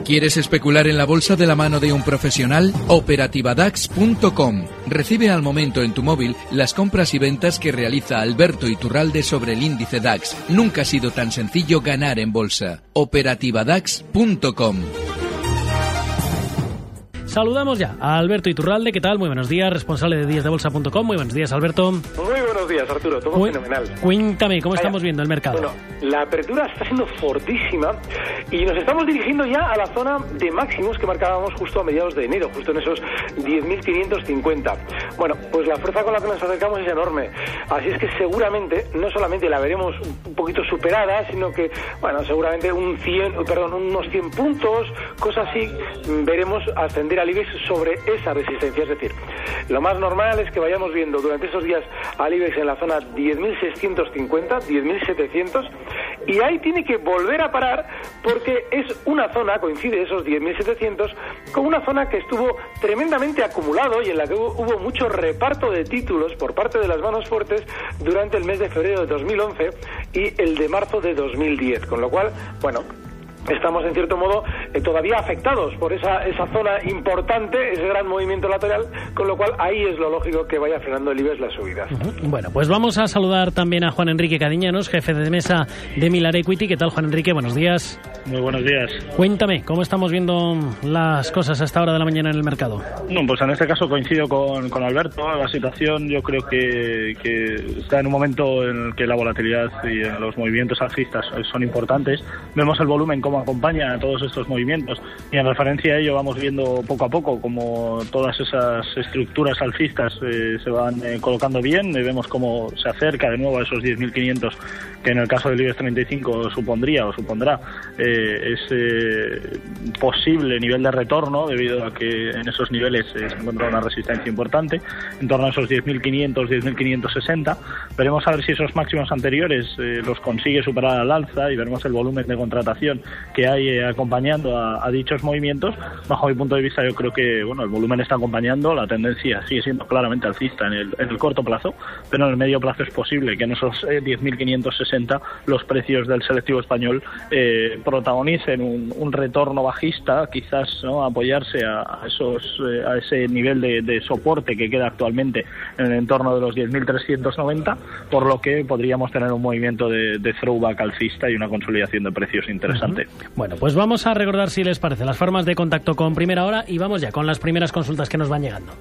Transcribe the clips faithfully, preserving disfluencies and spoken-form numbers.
¿Quieres especular en la bolsa de la mano de un profesional? operativa dax punto com. Recibe al momento en tu móvil las compras y ventas que realiza Alberto Iturralde sobre el índice DAX. Nunca ha sido tan sencillo ganar en bolsa. operativa dax punto com. Saludamos ya a Alberto Iturralde. ¿Qué tal? Muy buenos días, responsable de días de bolsa punto com. Muy buenos días, Alberto. Muy buenos días, Arturo. Todo Muy, fenomenal. Cuéntame, ¿cómo Vaya. estamos viendo el mercado? Bueno, la apertura está siendo fortísima y nos estamos dirigiendo ya a la zona de máximos que marcábamos justo a mediados de enero, justo en esos diez mil quinientos cincuenta. Bueno, pues la fuerza con la que nos acercamos es enorme. Así es que seguramente, no solamente la veremos un poquito superada, sino que, bueno, seguramente un cien, perdón, unos cien puntos, cosas así, veremos ascender al IBEX sobre esa resistencia. Es decir, lo más normal es que vayamos viendo durante esos días al IBEX en la zona diez mil seiscientos cincuenta, diez mil setecientos, y ahí tiene que volver a parar porque es una zona, coincide esos diez mil setecientos, con una zona que estuvo tremendamente acumulado y en la que hubo, hubo mucho reparto de títulos por parte de las manos fuertes durante el mes de febrero de dos mil once y el de marzo de dos mil diez, con lo cual, bueno, estamos en cierto modo eh, todavía afectados por esa, esa zona importante, ese gran movimiento lateral, con lo cual ahí es lo lógico que vaya frenando el IBEX las subidas. Uh-huh. Bueno, pues vamos a saludar también a Juan Enrique Cadiñanos, jefe de mesa de Millar Equity. ¿Qué tal, Juan Enrique? Buenos días. Muy buenos días. Cuéntame, ¿cómo estamos viendo las cosas a esta hora de la mañana en el mercado? No, pues en este caso coincido con, con Alberto. La situación yo creo que, que está en un momento en el que la volatilidad y los movimientos alcistas son importantes. Vemos el volumen cómo acompaña a todos estos movimientos y en referencia a ello vamos viendo poco a poco como todas esas estructuras alcistas eh, se van eh, colocando bien. Eh, vemos cómo se acerca de nuevo a esos diez mil quinientos que en el caso del IBEX treinta y cinco supondría o supondrá eh, ese posible nivel de retorno debido a que en esos niveles eh, se encuentra una resistencia importante en torno a esos diez mil quinientos, diez mil quinientos sesenta. Veremos a ver si esos máximos anteriores eh, los consigue superar al alza y veremos el volumen de contratación que hay eh, acompañando a, a dichos movimientos. Bajo mi punto de vista yo creo que bueno, el volumen está acompañando, la tendencia sigue siendo claramente alcista en el, en el corto plazo, pero en el medio plazo es posible que en esos eh, diez mil quinientos sesenta los precios del selectivo español eh, protagonicen un, un retorno bajista, quizás no apoyarse a, a esos eh, a ese nivel de, de soporte que queda actualmente en el entorno de los diez mil trescientos noventa, por lo que podríamos tener un movimiento de, de throwback alcista y una consolidación de precios interesante. Uh-huh. Bueno, pues vamos a recordar, si les parece, las formas de contacto con Primera Hora y vamos ya con las primeras consultas que nos van llegando.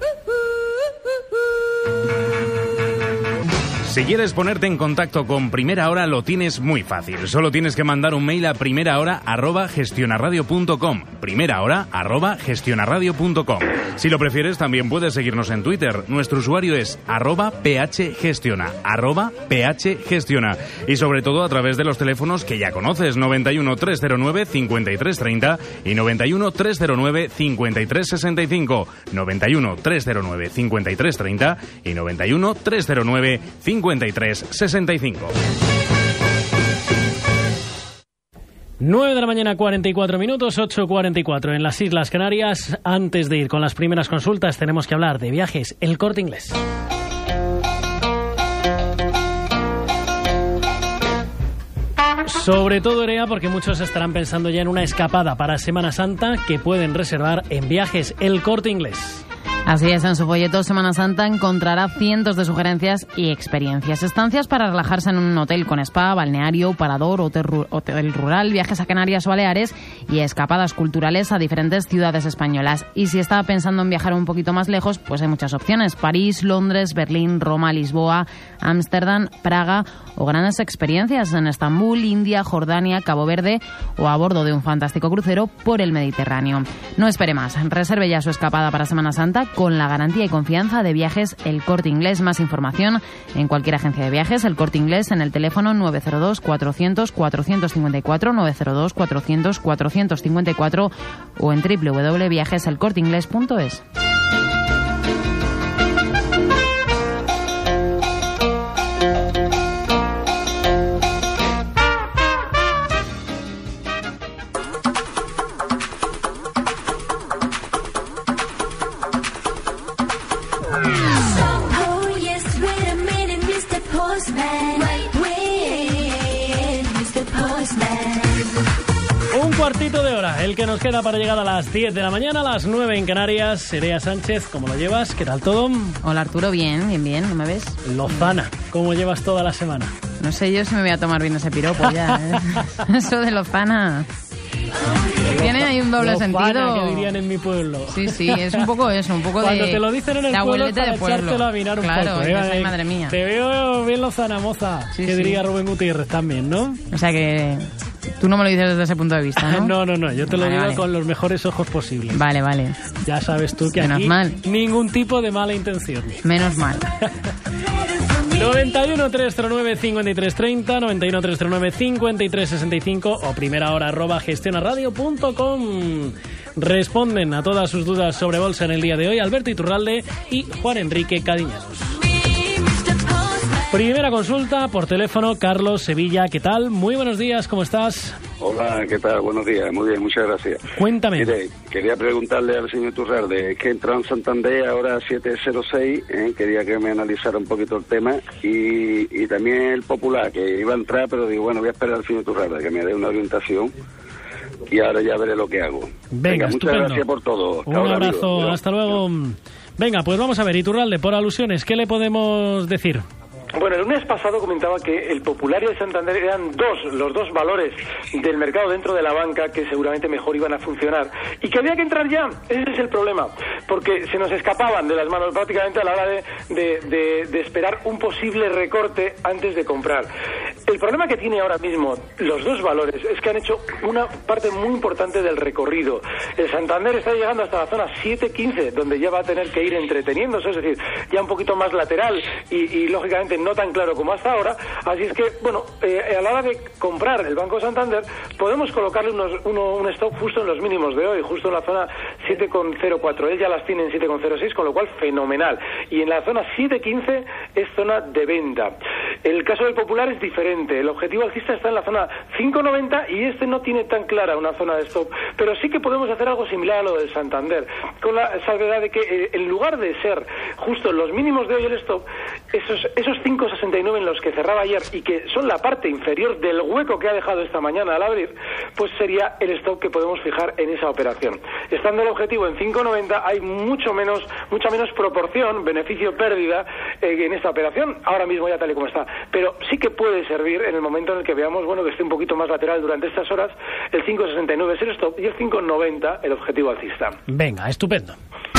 Si quieres ponerte en contacto con Primera Hora lo tienes muy fácil. Solo tienes que mandar un mail a primerahora arroba gestionaradio punto com. primerahora arroba gestionaradio punto com. Si lo prefieres también puedes seguirnos en Twitter. Nuestro usuario es arroba phgestiona, arroba phgestiona. Y sobre todo a través de los teléfonos que ya conoces, noventa y uno, trescientos nueve, cincuenta y tres treinta y noventa y uno, trescientos nueve, cincuenta y tres sesenta y cinco. noventa y uno, trescientos nueve, cincuenta y tres treinta y noventa y uno, trescientos nueve, cincuenta y tres sesenta y cinco. nueve de la mañana, cuarenta y cuatro minutos, ocho cuarenta y cuatro en las Islas Canarias. Antes de ir con las primeras consultas tenemos que hablar de viajes, El Corte Inglés. Sobre todo, Erea, porque muchos estarán pensando ya en una escapada para Semana Santa que pueden reservar en Viajes El Corte Inglés. Así es, en su folleto Semana Santa encontrará cientos de sugerencias y experiencias. Estancias para relajarse en un hotel con spa, balneario, parador, hotel, hotel rural, viajes a Canarias o Baleares y escapadas culturales a diferentes ciudades españolas. Y si está pensando en viajar un poquito más lejos, pues hay muchas opciones. París, Londres, Berlín, Roma, Lisboa, Ámsterdam, Praga o grandes experiencias en Estambul, India, Jordania, Cabo Verde o a bordo de un fantástico crucero por el Mediterráneo. No espere más, reserve ya su escapada para Semana Santa con la garantía y confianza de Viajes El Corte Inglés. Más información en cualquier agencia de viajes El Corte Inglés en el teléfono nueve cero dos, cuatrocientos, cuatrocientos cincuenta y cuatro, nueve cero dos, cuatrocientos, cuatrocientos cincuenta y cuatro o en doble u doble u doble u punto viajes el corte inglés punto es. Un cuartito de hora Venga, el que nos queda para llegar a las diez de la mañana, a las nueve en Canarias. Nerea Sánchez, ¿cómo lo llevas? ¿Qué tal todo? Hola Arturo, bien, bien, bien, ¿no me ves? Lozana, ¿cómo llevas toda la semana? No sé yo si me voy a tomar bien ese piropo ya, ¿eh? Eso de Lozana... Tiene ahí un doble Lozana, sentido. que dirían en mi pueblo. Sí, sí, es un poco eso, un poco Cuando de... te lo dicen en el de pueblo, abuelete para de pueblo. echártelo a mirar un claro, poco. Claro, ¿eh? madre mía. Te veo bien Lozana, moza. Sí, que sí. diría Rubén Gutiérrez también, ¿no? O sea que tú no me lo dices desde ese punto de vista, ¿no? no, no, no, yo te lo Vale, digo vale. con los mejores ojos posibles. Vale, vale. Ya sabes tú que Menos aquí mal. ningún tipo de mala intención. Menos mal. noventa y uno, tres cero nueve, cincuenta y tres treinta, noventa y uno, tres cero nueve, cincuenta y tres sesenta y cinco o primera hora arroba gestionaradio punto com. Responden a todas sus dudas sobre bolsa en el día de hoy Alberto Iturralde y Juan Enrique Cadiñanos. Primera consulta por teléfono, Carlos Sevilla, ¿qué tal? Muy buenos días, ¿cómo estás? Hola, ¿qué tal? Buenos días, muy bien, muchas gracias. Cuéntame. Mire, quería preguntarle al señor Iturralde, es que entró en Santander ahora siete cero seis, ¿eh? Quería que me analizara un poquito el tema, y, y también el Popular, que iba a entrar, pero digo, bueno, voy a esperar al señor Iturralde que me dé una orientación, y ahora ya veré lo que hago. Venga, Venga, muchas estupendo. gracias por todo. Hasta Un ahora, abrazo, amigo. hasta luego. Venga, pues vamos a ver, Iturralde, por alusiones, ¿qué le podemos decir? Bueno, el lunes pasado comentaba que el Popular y el Santander eran dos, los dos valores del mercado dentro de la banca que seguramente mejor iban a funcionar y que había que entrar ya. Ese es el problema, porque se nos escapaban de las manos prácticamente a la hora de, de, de, de esperar un posible recorte antes de comprar. El problema que tiene ahora mismo los dos valores es que han hecho una parte muy importante del recorrido. El Santander está llegando hasta la zona siete quince, donde ya va a tener que ir entreteniéndose, es decir, ya un poquito más lateral y, y lógicamente no tan claro como hasta ahora, así es que, bueno, eh, a la hora de comprar el Banco Santander podemos colocarle unos, uno, un stop justo en los mínimos de hoy, justo en la zona siete cero cuatro, él ya las tiene en siete cero seis, con lo cual fenomenal, y en la zona siete quince es zona de venta. El caso del Popular es diferente, el objetivo alcista está en la zona cinco noventa y este no tiene tan clara una zona de stop, pero sí que podemos hacer algo similar a lo del Santander, con la salvedad de que eh, en lugar de ser justo en los mínimos de hoy el stop, esos, esos cinco sesenta y nueve en los que cerraba ayer y que son la parte inferior del hueco que ha dejado esta mañana al abrir, pues sería el stop que podemos fijar en esa operación. Estando el objetivo en cinco noventa hay mucho menos, mucha menos proporción beneficio-pérdida eh, en esta operación, ahora mismo ya tal y como está, pero sí que puede servir en el momento en el que veamos, bueno, que esté un poquito más lateral durante estas horas, el cinco sesenta y nueve es el stop y el cinco noventa el objetivo alcista. Venga, estupendo.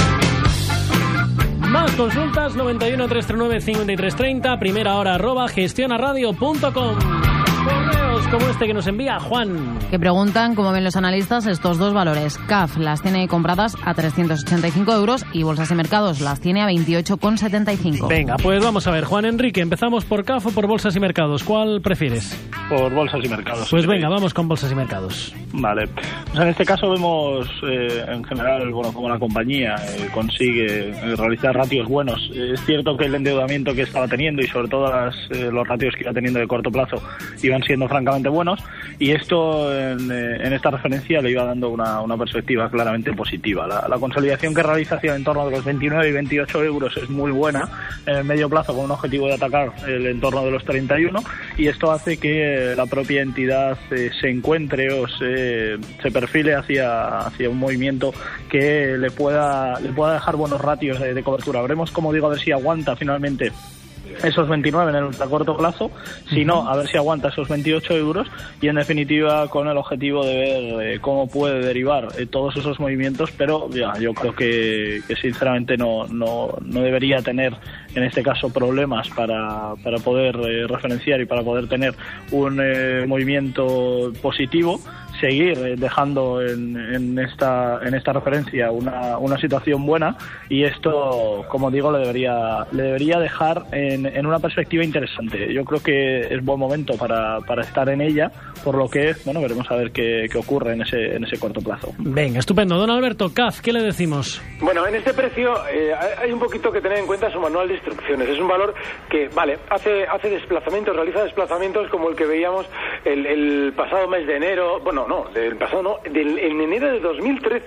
Más consultas, noventa y uno, tres cero nueve, cincuenta y tres treinta, primera hora arroba gestionaradio punto com. Correos como este que nos envía Juan. Que preguntan cómo ven los analistas estos dos valores. C A F las tiene compradas a trescientos ochenta y cinco euros y Bolsas y Mercados las tiene a veintiocho con setenta y cinco. Venga, pues vamos a ver, Juan Enrique, ¿empezamos por C A F o por Bolsas y Mercados? ¿Cuál prefieres? Por bolsas y mercados. Pues venga, vamos con Bolsas y Mercados. Vale. Pues en este caso vemos, eh, en general, bueno, como la compañía eh, consigue eh, realizar ratios buenos. Eh, es cierto que el endeudamiento que estaba teniendo y sobre todo las, eh, los ratios que iba teniendo de corto plazo iban siendo francamente buenos, y esto en, eh, en esta referencia le iba dando una, una perspectiva claramente positiva. La, la consolidación que realiza hacia el entorno de los veintinueve y veintiocho euros es muy buena en el medio plazo, con un objetivo de atacar el entorno de los treinta y uno, y esto hace que la propia entidad eh, se encuentre o se, se perfile hacia, hacia un movimiento que le pueda, le pueda dejar buenos ratios de, de cobertura. Veremos, como digo, a ver si aguanta finalmente esos veintinueve en el ultracorto plazo, si no, a ver si aguanta esos veintiocho euros, y en definitiva con el objetivo de ver eh, cómo puede derivar eh, todos esos movimientos, pero ya, yo creo que, que sinceramente no, no, no debería tener en este caso problemas para, para poder eh, referenciar y para poder tener un eh, movimiento positivo, seguir eh, dejando en, en esta en esta referencia una, una situación buena, y esto, como digo, le debería le debería dejar en, en una perspectiva interesante. Yo creo que es buen momento para, para estar en ella, por lo que, bueno, veremos a ver qué, qué ocurre en ese en ese corto plazo. Venga, estupendo. Don Alberto, C A F, ¿qué le decimos? Bueno, en este precio eh, hay un poquito que tener en cuenta su manual de instrucciones. Es un valor que, vale, hace hace desplazamientos, realiza desplazamientos como el que veíamos el, el pasado mes de enero, bueno, no, del pasado no, del, en enero de dos mil trece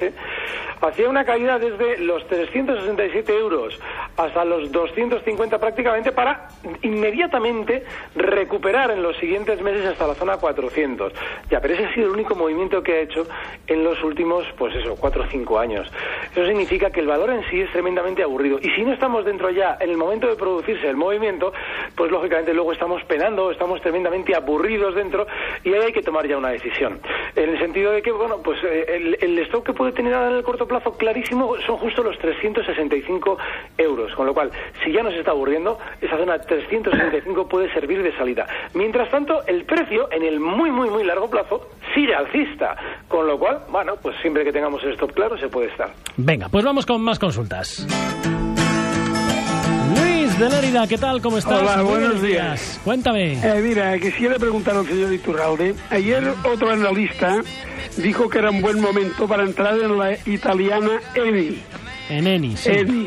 hacía una caída desde los trescientos sesenta y siete euros hasta los doscientos cincuenta prácticamente, para inmediatamente recuperar en los siguientes meses hasta la zona cuatrocientos. Ya, pero ese ha sido el único movimiento que ha hecho en los últimos, pues eso, cuatro o cinco años. Eso significa que el valor en sí es tremendamente aburrido. Y si no estamos dentro ya en el momento de producirse el movimiento, pues lógicamente luego estamos penando, estamos tremendamente aburridos dentro, y ahí hay que tomar ya una decisión. En el sentido de que, bueno, pues el, el stock que puede tener en el corto plazo clarísimo son justo los trescientos sesenta y cinco euros. Con lo cual, si ya nos está aburriendo, esa zona trescientos sesenta y cinco puede servir de salida. Mientras tanto, el precio en el muy, muy, muy largo plazo sigue alcista. Con lo cual, bueno, pues siempre que tengamos el stop claro, se puede estar. Venga, pues vamos con más consultas. Luis de Lérida, ¿qué tal? ¿Cómo estás? Hola, Muy buenos días. días. Cuéntame. Eh, mira, quisiera preguntar al señor Iturralde. Ayer otro analista dijo que era un buen momento para entrar en la italiana Eni. En Eni, sí. Eni.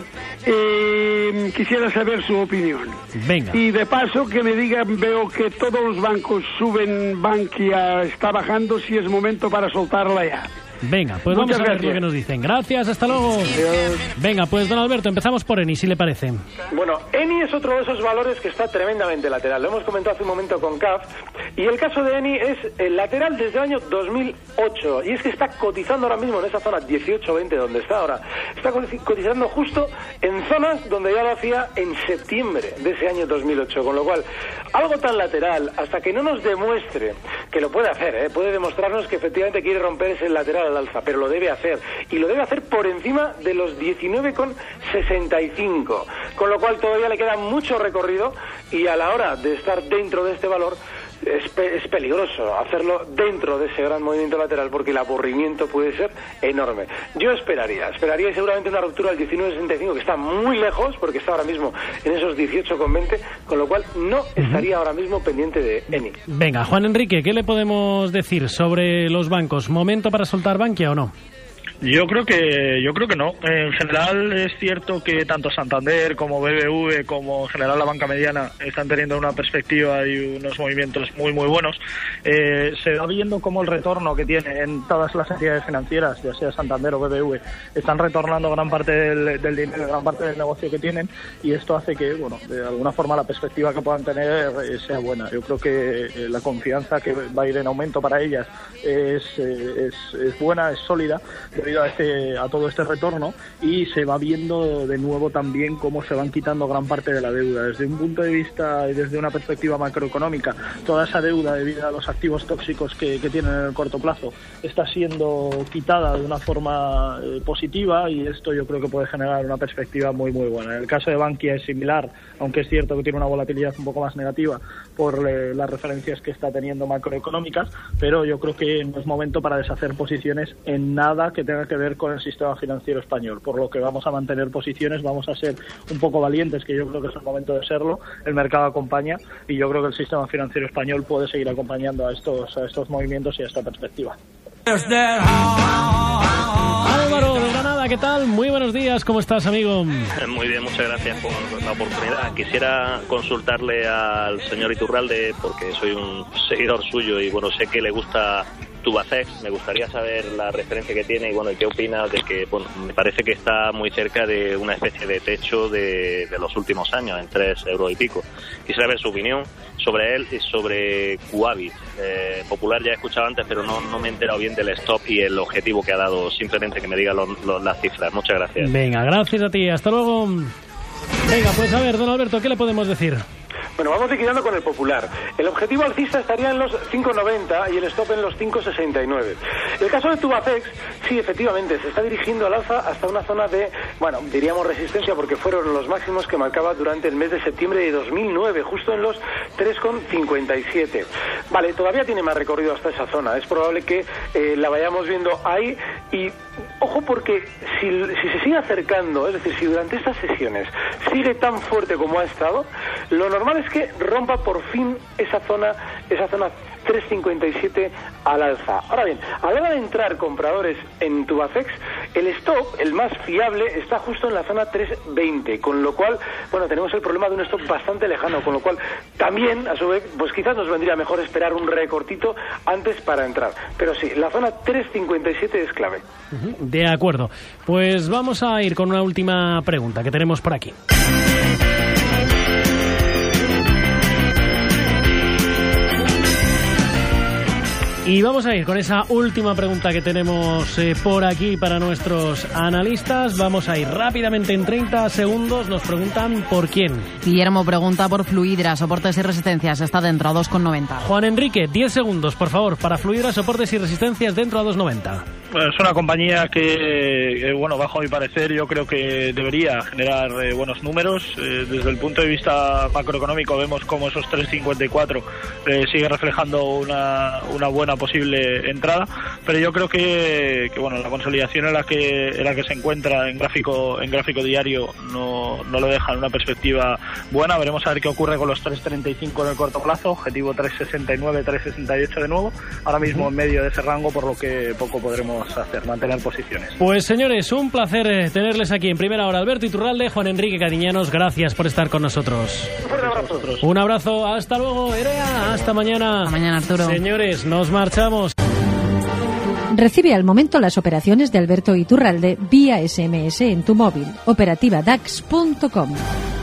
Eh, quisiera saber su opinión. Venga. Y de paso que me digan, veo que todos los bancos suben, Bankia está bajando, si es momento para soltarla ya. Venga, pues Muchas vamos a ver gracias. lo que nos dicen. Gracias, hasta luego. Adiós. Venga, pues don Alberto, empezamos por Eni, si le parece. Bueno, Eni es otro de esos valores que está tremendamente lateral. Lo hemos comentado hace un momento con C A F. Y el caso de Eni es el lateral desde el año dos mil ocho. Y es que está cotizando ahora mismo en esa zona dieciocho veinte donde está ahora. Está cotizando justo en zonas donde ya lo hacía en septiembre de ese año dos mil ocho. Con lo cual, algo tan lateral, hasta que no nos demuestre que lo puede hacer, ¿eh? puede demostrarnos que efectivamente quiere romper ese lateral al alza, pero lo debe hacer, y lo debe hacer por encima de los diecinueve con sesenta y cinco, con lo cual todavía le queda mucho recorrido, y a la hora de estar dentro de este valor es, pe es peligroso hacerlo dentro de ese gran movimiento lateral, porque el aburrimiento puede ser enorme. Yo esperaría, esperaría seguramente una ruptura al diecinueve sesenta y cinco, que está muy lejos, porque está ahora mismo en esos dieciocho con veinte, con lo cual no estaría ahora mismo pendiente de Eni. Venga, Juan Enrique, ¿qué le podemos decir sobre los bancos? ¿Momento para soltar Bankia o no? Yo creo que yo creo que no. En general es cierto que tanto Santander como B B V como en general la banca mediana están teniendo una perspectiva y unos movimientos muy muy buenos. Eh, se va viendo cómo el retorno que tiene en todas las entidades financieras, ya sea Santander o B B V, están retornando gran parte del, del dinero, gran parte del negocio que tienen, y esto hace que, bueno, de alguna forma la perspectiva que puedan tener eh, sea buena. Yo creo que eh, la confianza que va a ir en aumento para ellas es, eh, es, es buena, es sólida, debido a, este, a todo este retorno, y se va viendo de nuevo también cómo se van quitando gran parte de la deuda. Desde un punto de vista y desde una perspectiva macroeconómica, toda esa deuda debido a los activos tóxicos que, que tienen en el corto plazo está siendo quitada de una forma eh, positiva, y esto yo creo que puede generar una perspectiva muy muy buena. En el caso de Bankia es similar, aunque es cierto que tiene una volatilidad un poco más negativa por eh, las referencias que está teniendo macroeconómicas, pero yo creo que no es momento para deshacer posiciones en nada que tenga que ver con el sistema financiero español, por lo que vamos a mantener posiciones, vamos a ser un poco valientes, que yo creo que es el momento de serlo. El mercado acompaña, y yo creo que el sistema financiero español puede seguir acompañando a estos, a estos movimientos y a esta perspectiva. Álvaro de Granada, ¿qué tal? Muy buenos días, ¿cómo estás, amigo? Muy bien, muchas gracias por la oportunidad. Quisiera consultarle al señor Iturralde, porque soy un seguidor suyo y bueno, sé que le gusta Tubacex. Me gustaría saber la referencia que tiene y bueno, qué opina de que, bueno, me parece que está muy cerca de una especie de techo de, de los últimos años, en tres euros y pico. Quisiera ver su opinión sobre él y sobre Quabit. Eh, Popular ya he escuchado antes, pero no, no me he enterado bien del stop y el objetivo que ha dado. Simplemente que me diga lo, lo, las cifras. Muchas gracias. Venga, gracias a ti. Hasta luego. Venga, pues a ver, don Alberto, ¿qué le podemos decir? Bueno, vamos liquidando con el Popular. El objetivo alcista estaría en los cinco noventa y el stop en los cinco sesenta y nueve. El caso de Tubacex, sí, efectivamente, se está dirigiendo al alza hasta una zona de, bueno, diríamos resistencia, porque fueron los máximos que marcaba durante el mes de septiembre de dos mil nueve, justo en los tres con cincuenta y siete. Vale, todavía tiene más recorrido hasta esa zona. Es probable que eh, la vayamos viendo ahí, y ojo, porque si, si se sigue acercando, es decir, si durante estas sesiones sigue tan fuerte como ha estado, lo normal es que rompa por fin esa zona, esa zona tres cincuenta y siete al alza. Ahora bien, a la hora de entrar compradores en Tubacex, el stop, el más fiable, está justo en la zona tres veinte, con lo cual, bueno, tenemos el problema de un stop bastante lejano, con lo cual también, a su vez, pues quizás nos vendría mejor esperar un recortito antes para entrar. Pero sí, la zona tres cincuenta y siete es clave. De acuerdo. Pues vamos a ir con una última pregunta que tenemos por aquí. Y vamos a ir con esa última pregunta que tenemos eh, por aquí para nuestros analistas. Vamos a ir rápidamente en treinta segundos. Nos preguntan por quién. Guillermo pregunta por Fluidra, soportes y resistencias. Está dentro a dos con noventa. Juan Enrique, diez segundos, por favor, para Fluidra, soportes y resistencias dentro a dos noventa. Bueno, es una compañía que, eh, bueno, bajo mi parecer, yo creo que debería generar eh, buenos números. Eh, desde el punto de vista macroeconómico vemos como esos tres cincuenta y cuatro eh, sigue reflejando una, una buena posible entrada, pero yo creo que, que bueno, la consolidación en la que en la que se encuentra en gráfico en gráfico diario no, no lo deja en una perspectiva buena. Veremos a ver qué ocurre con los tres treinta y cinco en el corto plazo, objetivo tres sesenta y nueve, tres sesenta y ocho de nuevo, ahora mismo en medio de ese rango, por lo que poco podremos hacer, mantener posiciones. Pues señores, un placer tenerles aquí en primera hora. Alberto Iturralde, Juan Enrique Cadiñanos, gracias por estar con nosotros. Un abrazo. Un abrazo, hasta luego, Erea, hasta mañana. Hasta mañana, Arturo. Señores, nos marchamos. Recibe al momento las operaciones de Alberto Iturralde vía ese eme ese en tu móvil. operativa dax punto com.